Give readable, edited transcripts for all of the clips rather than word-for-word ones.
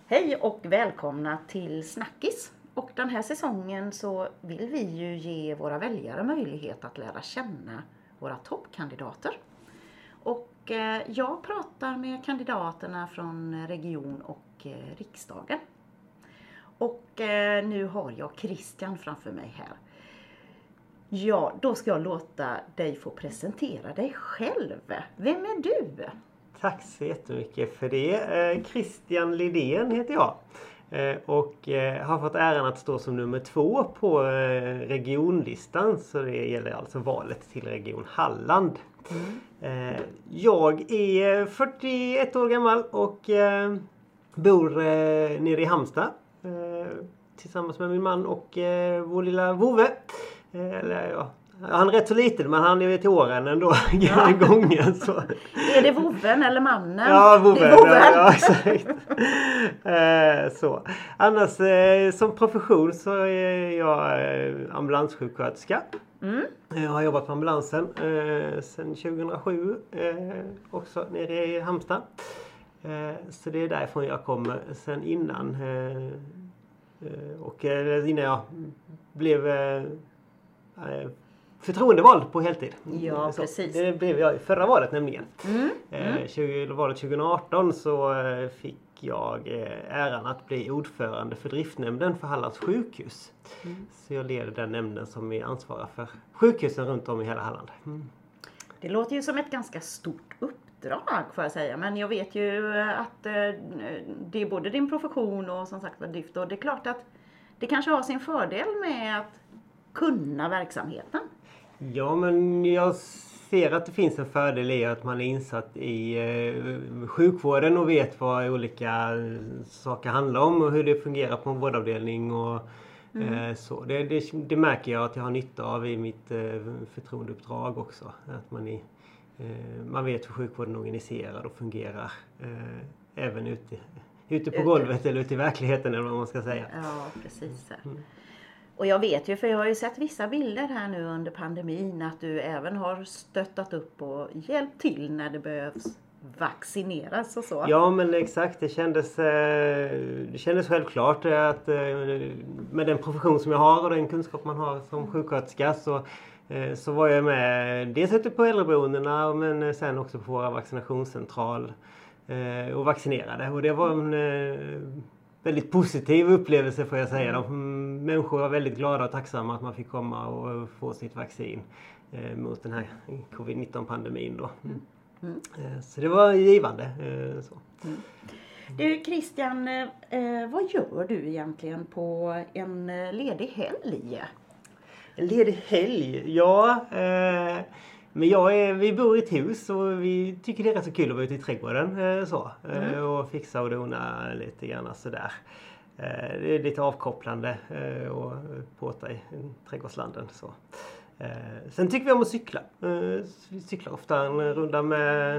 Hej och välkomna till Snackis. Och den här säsongen så vill vi ju ge våra väljare möjlighet att lära känna våra toppkandidater. Och jag pratar med kandidaterna från region och riksdagen. Och nu har jag Christian framför mig här. Ja, då ska jag låta dig få presentera dig själv. Vem är du? Tack så jättemycket för det. Christian Lidén heter jag. Och har fått äran att stå som nummer 2 på regionlistan. Så det gäller alltså valet till Region Halland. Jag är 41 år gammal och bor nere i Halmstad. Tillsammans med min man och vår lilla vovve. Han är rätt så liten, men han är ju till åren ändå gången så. Är det vovven eller mannen? Ja, vovven. Ja, exakt. Så. Annars som profession så är jag ambulanssjuksköterska. Jag har jobbat på ambulansen sedan 2007 också nere i Halmstad. Så det är därifrån jag kommer sen innan. Och innan jag blev förtroendevald på heltid. Ja, precis. Det blev jag i förra valet nämligen. Valet 2018 så fick jag äran att bli ordförande för driftnämnden för Hallands sjukhus. Så jag leder den nämnden som är ansvarig för sjukhusen runt om i hela Halland. Det låter ju som ett ganska stort uppdrag får jag säga. Men jag vet ju att det är både din profession och som sagt drift. Och det är klart att det kanske har sin fördel med att kunna verksamheten. Ja, men jag ser att det finns en fördel i att man är insatt i sjukvården och vet vad olika saker handlar om och hur det fungerar på en vårdavdelning och så. Det märker jag att jag har nytta av i mitt förtroendeuppdrag också. Att man vet hur sjukvården är organiserad och fungerar även ute på golvet eller ute i verkligheten eller vad man ska säga. Ja, precis. Och jag vet ju, för jag har ju sett vissa bilder här nu under pandemin, att du även har stöttat upp och hjälpt till när det behövs vaccineras och så. Ja, men exakt. Det kändes självklart att med den profession som jag har och den kunskap man har som sjuksköterska så var jag med dels ute på äldreboendena men sen också på våra vaccinationscentral och vaccinerade. Och det var en väldigt positiv upplevelse får jag säga. Människor var väldigt glada och tacksamma att man fick komma och få sitt vaccin mot den här covid-19-pandemin då. Så det var givande. Så. Du Christian, vad gör du egentligen på en ledig helg? En ledig helg? Ja, men vi bor i ett hus och vi tycker det är rätt så kul att vara ute i trädgården och fixa och dona lite grann sådär. Det är lite avkopplande och påta i trädgårdslanden så. Sen tycker vi om att cykla. Vi cyklar ofta en runda med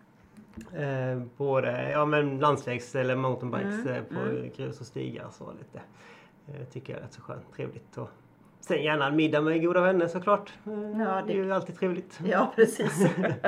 både landsvägs eller mountainbikes på grus och stigar så lite. Tycker jag är rätt så skönt, trevligt och sen gärna en middag med goda vänner såklart. Ja, det är ju alltid trevligt. Ja, precis.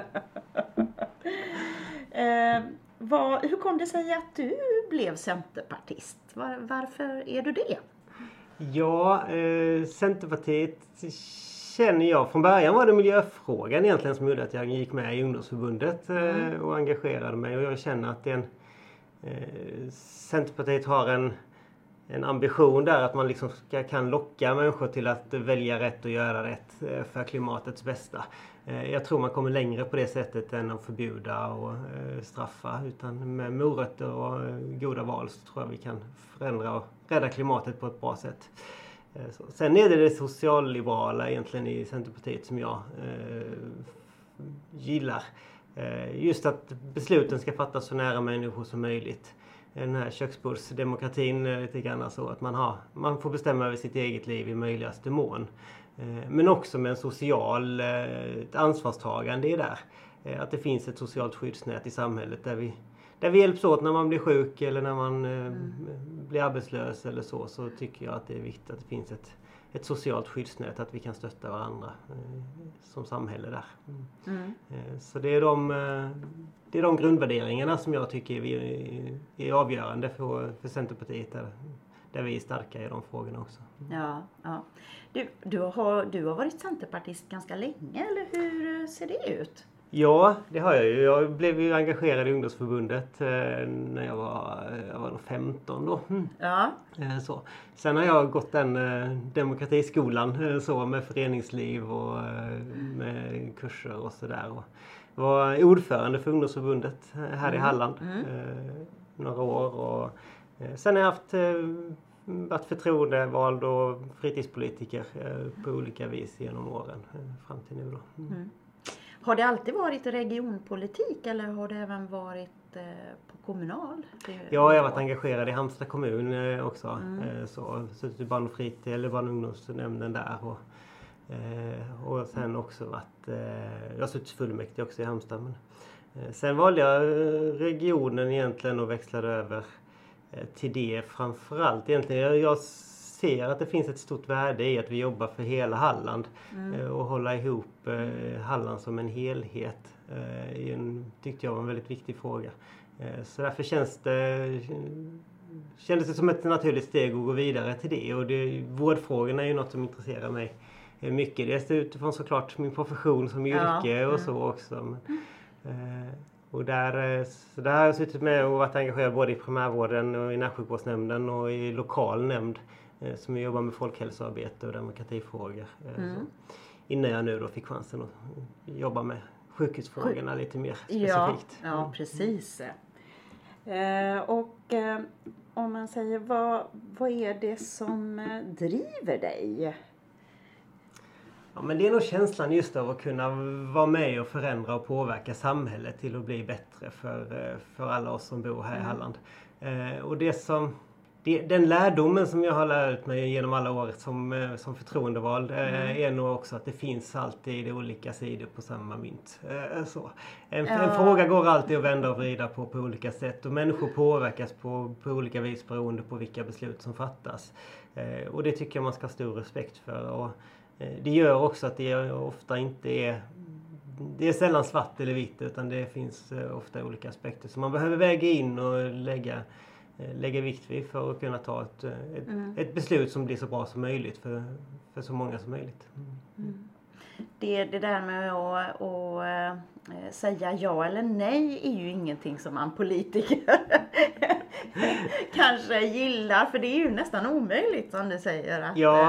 Hur kom det sig att du blev centerpartist? Varför är du det? Ja, Centerpartiet känner jag. Från början var det miljöfrågan egentligen som gjorde att jag gick med i ungdomsförbundet och engagerade mig. Och jag känner att Centerpartiet har en ambition där att man liksom kan locka människor till att välja rätt och göra rätt för klimatets bästa. Jag tror man kommer längre på det sättet än att förbjuda och straffa. Utan med morötter och goda val så tror jag vi kan förändra och rädda klimatet på ett bra sätt. Sen är det socialliberala egentligen i Centerpartiet som jag gillar. Just att besluten ska fattas så nära människor som möjligt. Den här köksbordsdemokratin lite grann så att man får bestämma över sitt eget liv i möjligaste mån. Men också med en social ansvarstagande i där. Att det finns ett socialt skyddsnät i samhället där vi hjälps åt när man blir sjuk eller när man blir arbetslös eller så tycker jag att det är viktigt att det finns ett socialt skyddsnät, att vi kan stötta varandra som samhälle där. Så det är de grundvärderingarna som jag tycker är avgörande för Centerpartiet, där vi är starka i de frågorna också. Ja. Du har varit centerpartist ganska länge, eller hur ser det ut? Ja, det har jag ju. Jag blev ju engagerad i ungdomsförbundet när jag var 15 då. Ja. Så. Sen har jag gått den demokratiskolan så med föreningsliv och med kurser och sådär. Jag var ordförande för ungdomsförbundet här i Halland några år. Och sen har jag varit förtroendevald och fritidspolitiker på olika vis genom åren fram till nu då. Har det alltid varit regionpolitik eller har det även varit på kommunal? Ja, jag har varit engagerad i Halmstad kommun också. Så suttit i barn- och ungdomsnämnden där. Och sen också varit, jag har suttit fullmäktige också i Halmstad. Men, sen valde jag regionen egentligen och växlade över till det framförallt. Egentligen, jag ser att det finns ett stort värde i att vi jobbar för hela Halland och hålla ihop Halland som en helhet. Tyckte jag var en väldigt viktig fråga. Så därför kändes det som ett naturligt steg att gå vidare till det. Och vårdfrågorna är ju något som intresserar mig mycket. Dels utifrån såklart min profession som yrke och så också. Och där har jag suttit med och varit engagerad både i primärvården och i närsjukvårdsnämnden och i lokal nämnd som jobbar med folkhälsoarbete och demokratifrågor. Innan jag nu då fick chansen att jobba med sjukhusfrågorna lite mer specifikt. Ja, precis. Om man säger, vad är det som driver dig? Ja, men det är nog känslan just av att kunna vara med och förändra och påverka samhället till att bli bättre för alla oss som bor här i Halland. Och den lärdomen som jag har lärt mig genom alla år som förtroendevald är nog också att det finns alltid olika sidor på samma mynt. En fråga går alltid att vända och vrida på olika sätt och människor påverkas på olika vis beroende på vilka beslut som fattas. Och det tycker jag man ska ha stor respekt för. Och det gör också att det ofta inte är sällan svart eller vitt, utan det finns ofta olika aspekter som man behöver väga in och lägga vikt vid för att kunna ta ett beslut som blir så bra som möjligt för så många som möjligt. Det där med att säga ja eller nej är ju ingenting som man politiker kanske gillar, för det är ju nästan omöjligt som du säger.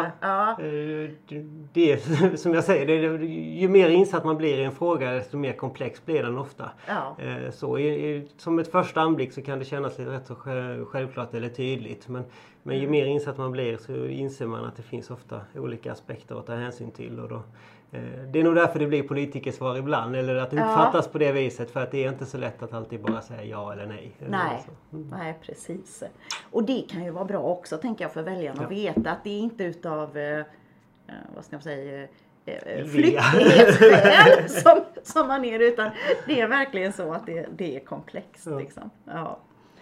Det som jag säger, ju mer insatt man blir i en fråga desto mer komplex blir den ofta. Ja. Som ett första anblick så kan det kännas lite rätt så självklart eller tydligt, men ju mer insatt man blir så inser man att det finns ofta olika aspekter att ta hänsyn till, och då det är nog därför det blir politikersvar ibland, eller att det uppfattas på det viset, för att det är inte så lätt att alltid bara säga ja eller nej. Nej, precis. Och det kan ju vara bra också, tänker jag, för väljarna att veta att det är inte utav vad ska man säga, flyktighetsskäl som man är, utan det är verkligen så att det är komplext. Liksom. Ja.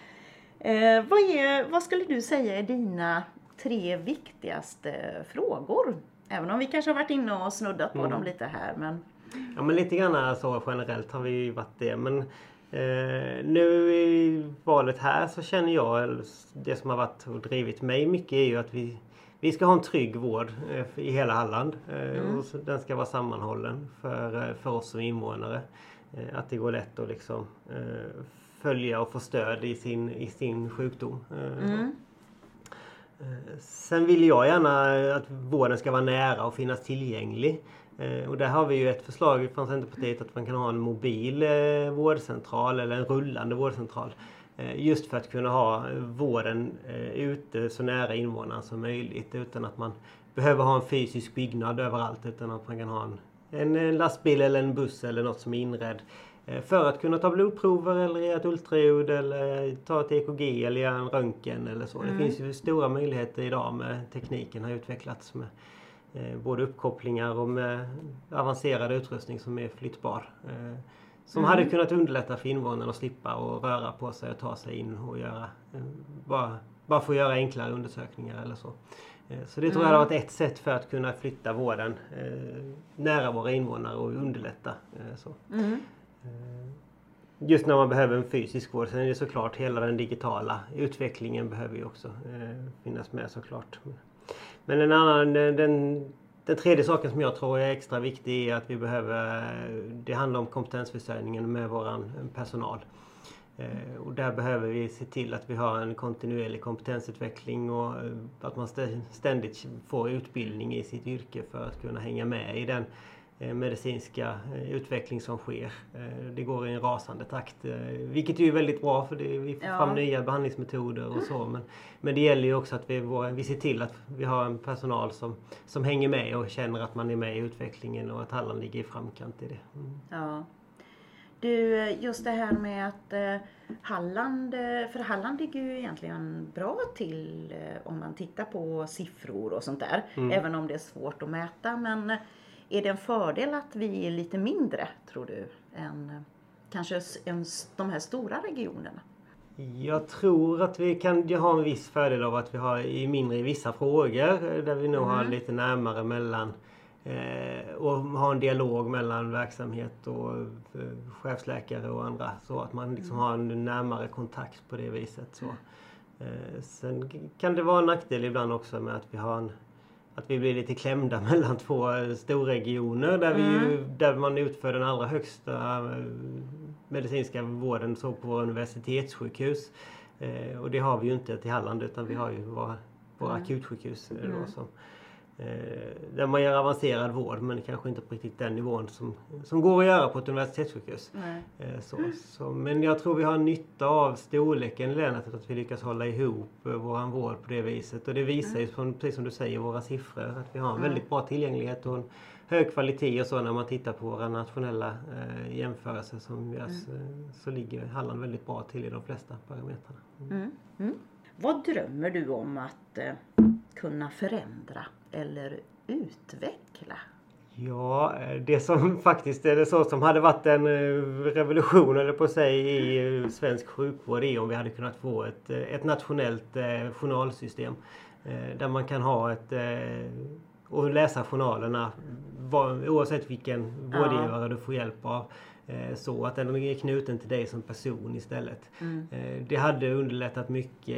Vad skulle du säga är dina 3 viktigaste frågor? Även om vi kanske har varit inne och snuddat på dem lite här. Ja, men lite grann så generellt har vi varit det. Men nu i valet här så känner jag, det som har varit och drivit mig mycket är ju att vi ska ha en trygg vård i hela Halland. Och den ska vara sammanhållen för oss som invånare. Att det går lätt att liksom följa och få stöd i sin sjukdom. Sen vill jag gärna att vården ska vara nära och finnas tillgänglig. Och där har vi ju ett förslag från Centerpartiet att man kan ha en mobil vårdcentral eller en rullande vårdcentral. Just för att kunna ha vården ute så nära invånarna som möjligt, utan att man behöver ha en fysisk byggnad överallt, utan att man kan ha en lastbil eller en buss eller något som är inredd för att kunna ta blodprover eller göra ett ultraljud eller ta ett EKG eller göra en röntgen eller så. Det finns ju stora möjligheter idag med tekniken har utvecklats med både uppkopplingar och med avancerad utrustning som är flyttbar. som hade kunnat underlätta för invånarna att slippa och röra på sig och ta sig in och göra bara få göra enklare undersökningar eller så. Så det tror jag hade varit ett sätt för att kunna flytta vården nära våra invånare och underlätta så. Just när man behöver en fysisk vård. Sen är det såklart hela den digitala utvecklingen behöver ju också finnas med såklart. Men den tredje saken som jag tror är extra viktig är att det handlar om kompetensförsörjningen med våran personal. Och där behöver vi se till att vi har en kontinuerlig kompetensutveckling och att man ständigt får utbildning i sitt yrke för att kunna hänga med i den medicinska utveckling som sker. Det går i en rasande takt, vilket är väldigt bra för vi får fram nya behandlingsmetoder och så. Men det gäller ju också att vi ser till att vi har en personal som hänger med och känner att man är med i utvecklingen och att Halland ligger i framkant i det. Ja. Du, just det här med att Halland ligger ju egentligen bra till om man tittar på siffror och sånt där. Även om det är svårt att mäta. Men är det en fördel att vi är lite mindre, tror du, än kanske de här stora regionerna? Jag tror att vi kan ha en viss fördel av att vi är mindre i vissa frågor där vi nog har lite närmare mellan och ha en dialog mellan verksamhet och chefsläkare och andra så att man liksom har en närmare kontakt på det viset så. Sen kan det vara en nackdel ibland också med att vi blir lite klämda mellan två storregioner där man utför den allra högsta medicinska vården så på universitetssjukhus. Och det har vi ju inte till Halland utan vi har ju våra akutsjukhus då, där man gör avancerad vård men kanske inte på riktigt den nivån som går att göra på ett universitetssjukhus. Men jag tror vi har nytta av storleken i länet att vi lyckas hålla ihop våran vård på det viset. Och det visar ju precis som du säger våra siffror att vi har en väldigt bra tillgänglighet och en hög kvalitet och så när man tittar på våra nationella jämförelser som görs så ligger Halland väldigt bra till i de flesta parametrarna. Vad drömmer du om att kunna förändra eller utveckla? Ja, det som faktiskt är det så som hade varit en revolution eller på sig i svensk sjukvård är om vi hade kunnat få ett nationellt journalsystem där man kan ha och läsa journalerna oavsett vilken vårdgivare du får hjälp av. Så att den är knuten till dig som person istället. Det hade underlättat mycket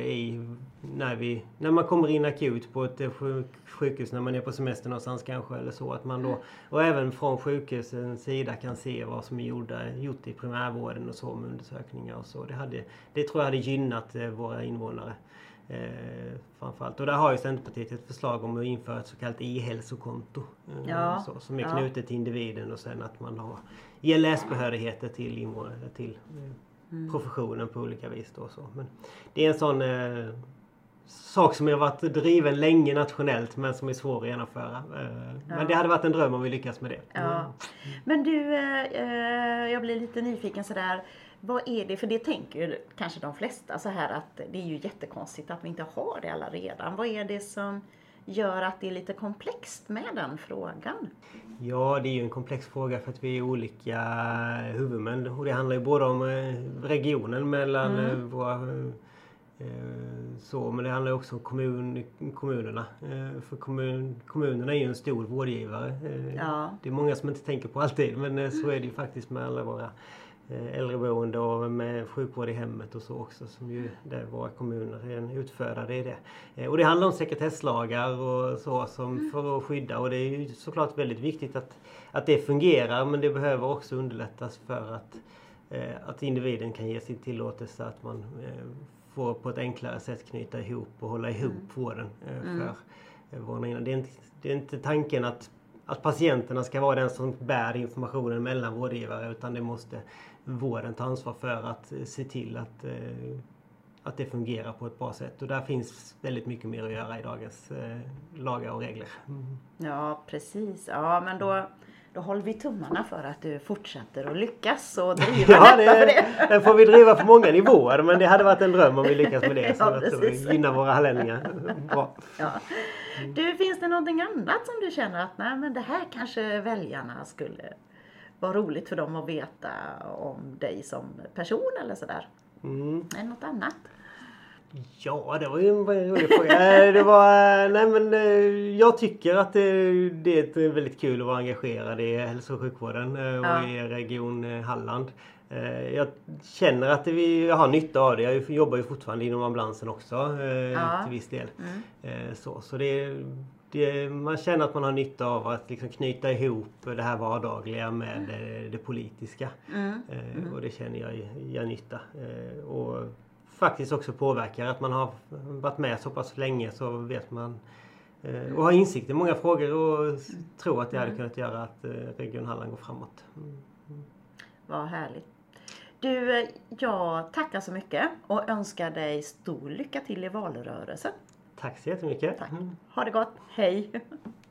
när man kommer in akut på ett sjukhus när man är på semester någonstans kanske eller så att man då och även från sjukhusens sida kan se vad som är gjort i primärvården och så med undersökningar och så. Det tror jag hade gynnat våra invånare. Framförallt. Och där har ju Centerpartiet ett förslag om att införa ett så kallat e-hälsokonto som är knutet till individen och sen att man ger läsbehörigheter till professionen på olika vis då, så. Men det är en sån sak som har varit driven länge nationellt men som är svår att genomföra. Men det hade varit en dröm om vi lyckas med det. Men du, jag blir lite nyfiken sådär. Vad är det? För det tänker ju kanske de flesta så här att det är ju jättekonstigt att vi inte har det alla redan. Vad är det som gör att det är lite komplext med den frågan? Ja, det är ju en komplex fråga för att vi är olika huvudmän. Och det handlar ju både om regionen mellan våra men det handlar också om kommunerna. För kommunerna är ju en stor vårdgivare. Det är många som inte tänker på alltid men så är det ju faktiskt med alla våra äldreboende och med sjukvård i hemmet och så också som ju där våra kommuner är en utförare i det. Och det handlar om sekretesslagar och så som för att skydda och det är ju såklart väldigt viktigt att det fungerar men det behöver också underlättas för att individen kan ge sin tillåtelse att man får på ett enklare sätt knyta ihop och hålla ihop vården för vården. Det är inte tanken att patienterna ska vara den som bär informationen mellan vårdgivare utan det måste vården ta ansvar för att se till att det fungerar på ett bra sätt. Och där finns väldigt mycket mer att göra i dagens lagar och regler. Ja, precis. Ja, men då håller vi tummarna för att du fortsätter att lyckas och driva detta för det. Den får vi driva på många nivåer men det hade varit en dröm om vi lyckas med det. Så att vi gynnar våra hallänningar. Bra. Ja. Du, finns det någonting annat som du känner att nej, men det här kanske väljarna skulle Var roligt för dem att veta om dig som person eller sådär. Är något annat? Ja, det var ju en rolig fråga. Jag tycker att det är väldigt kul att vara engagerad i hälso- och sjukvården och i Region Halland. Jag känner att jag har nytta av det. Jag jobbar ju fortfarande inom ambulansen också till viss del. Så man känner att man har nytta av att liksom knyta ihop det här vardagliga med det politiska. Och det känner jag gör nytta. Och faktiskt också påverkar att man har varit med så pass länge, så vet man och har insikt i många frågor och tror att det hade kunnat göra att Region Halland går framåt. Vad härligt. Du, jag tackar så mycket och önskar dig stor lycka till i valrörelsen. Tack så jättemycket. Tack. Ha det gott. Hej!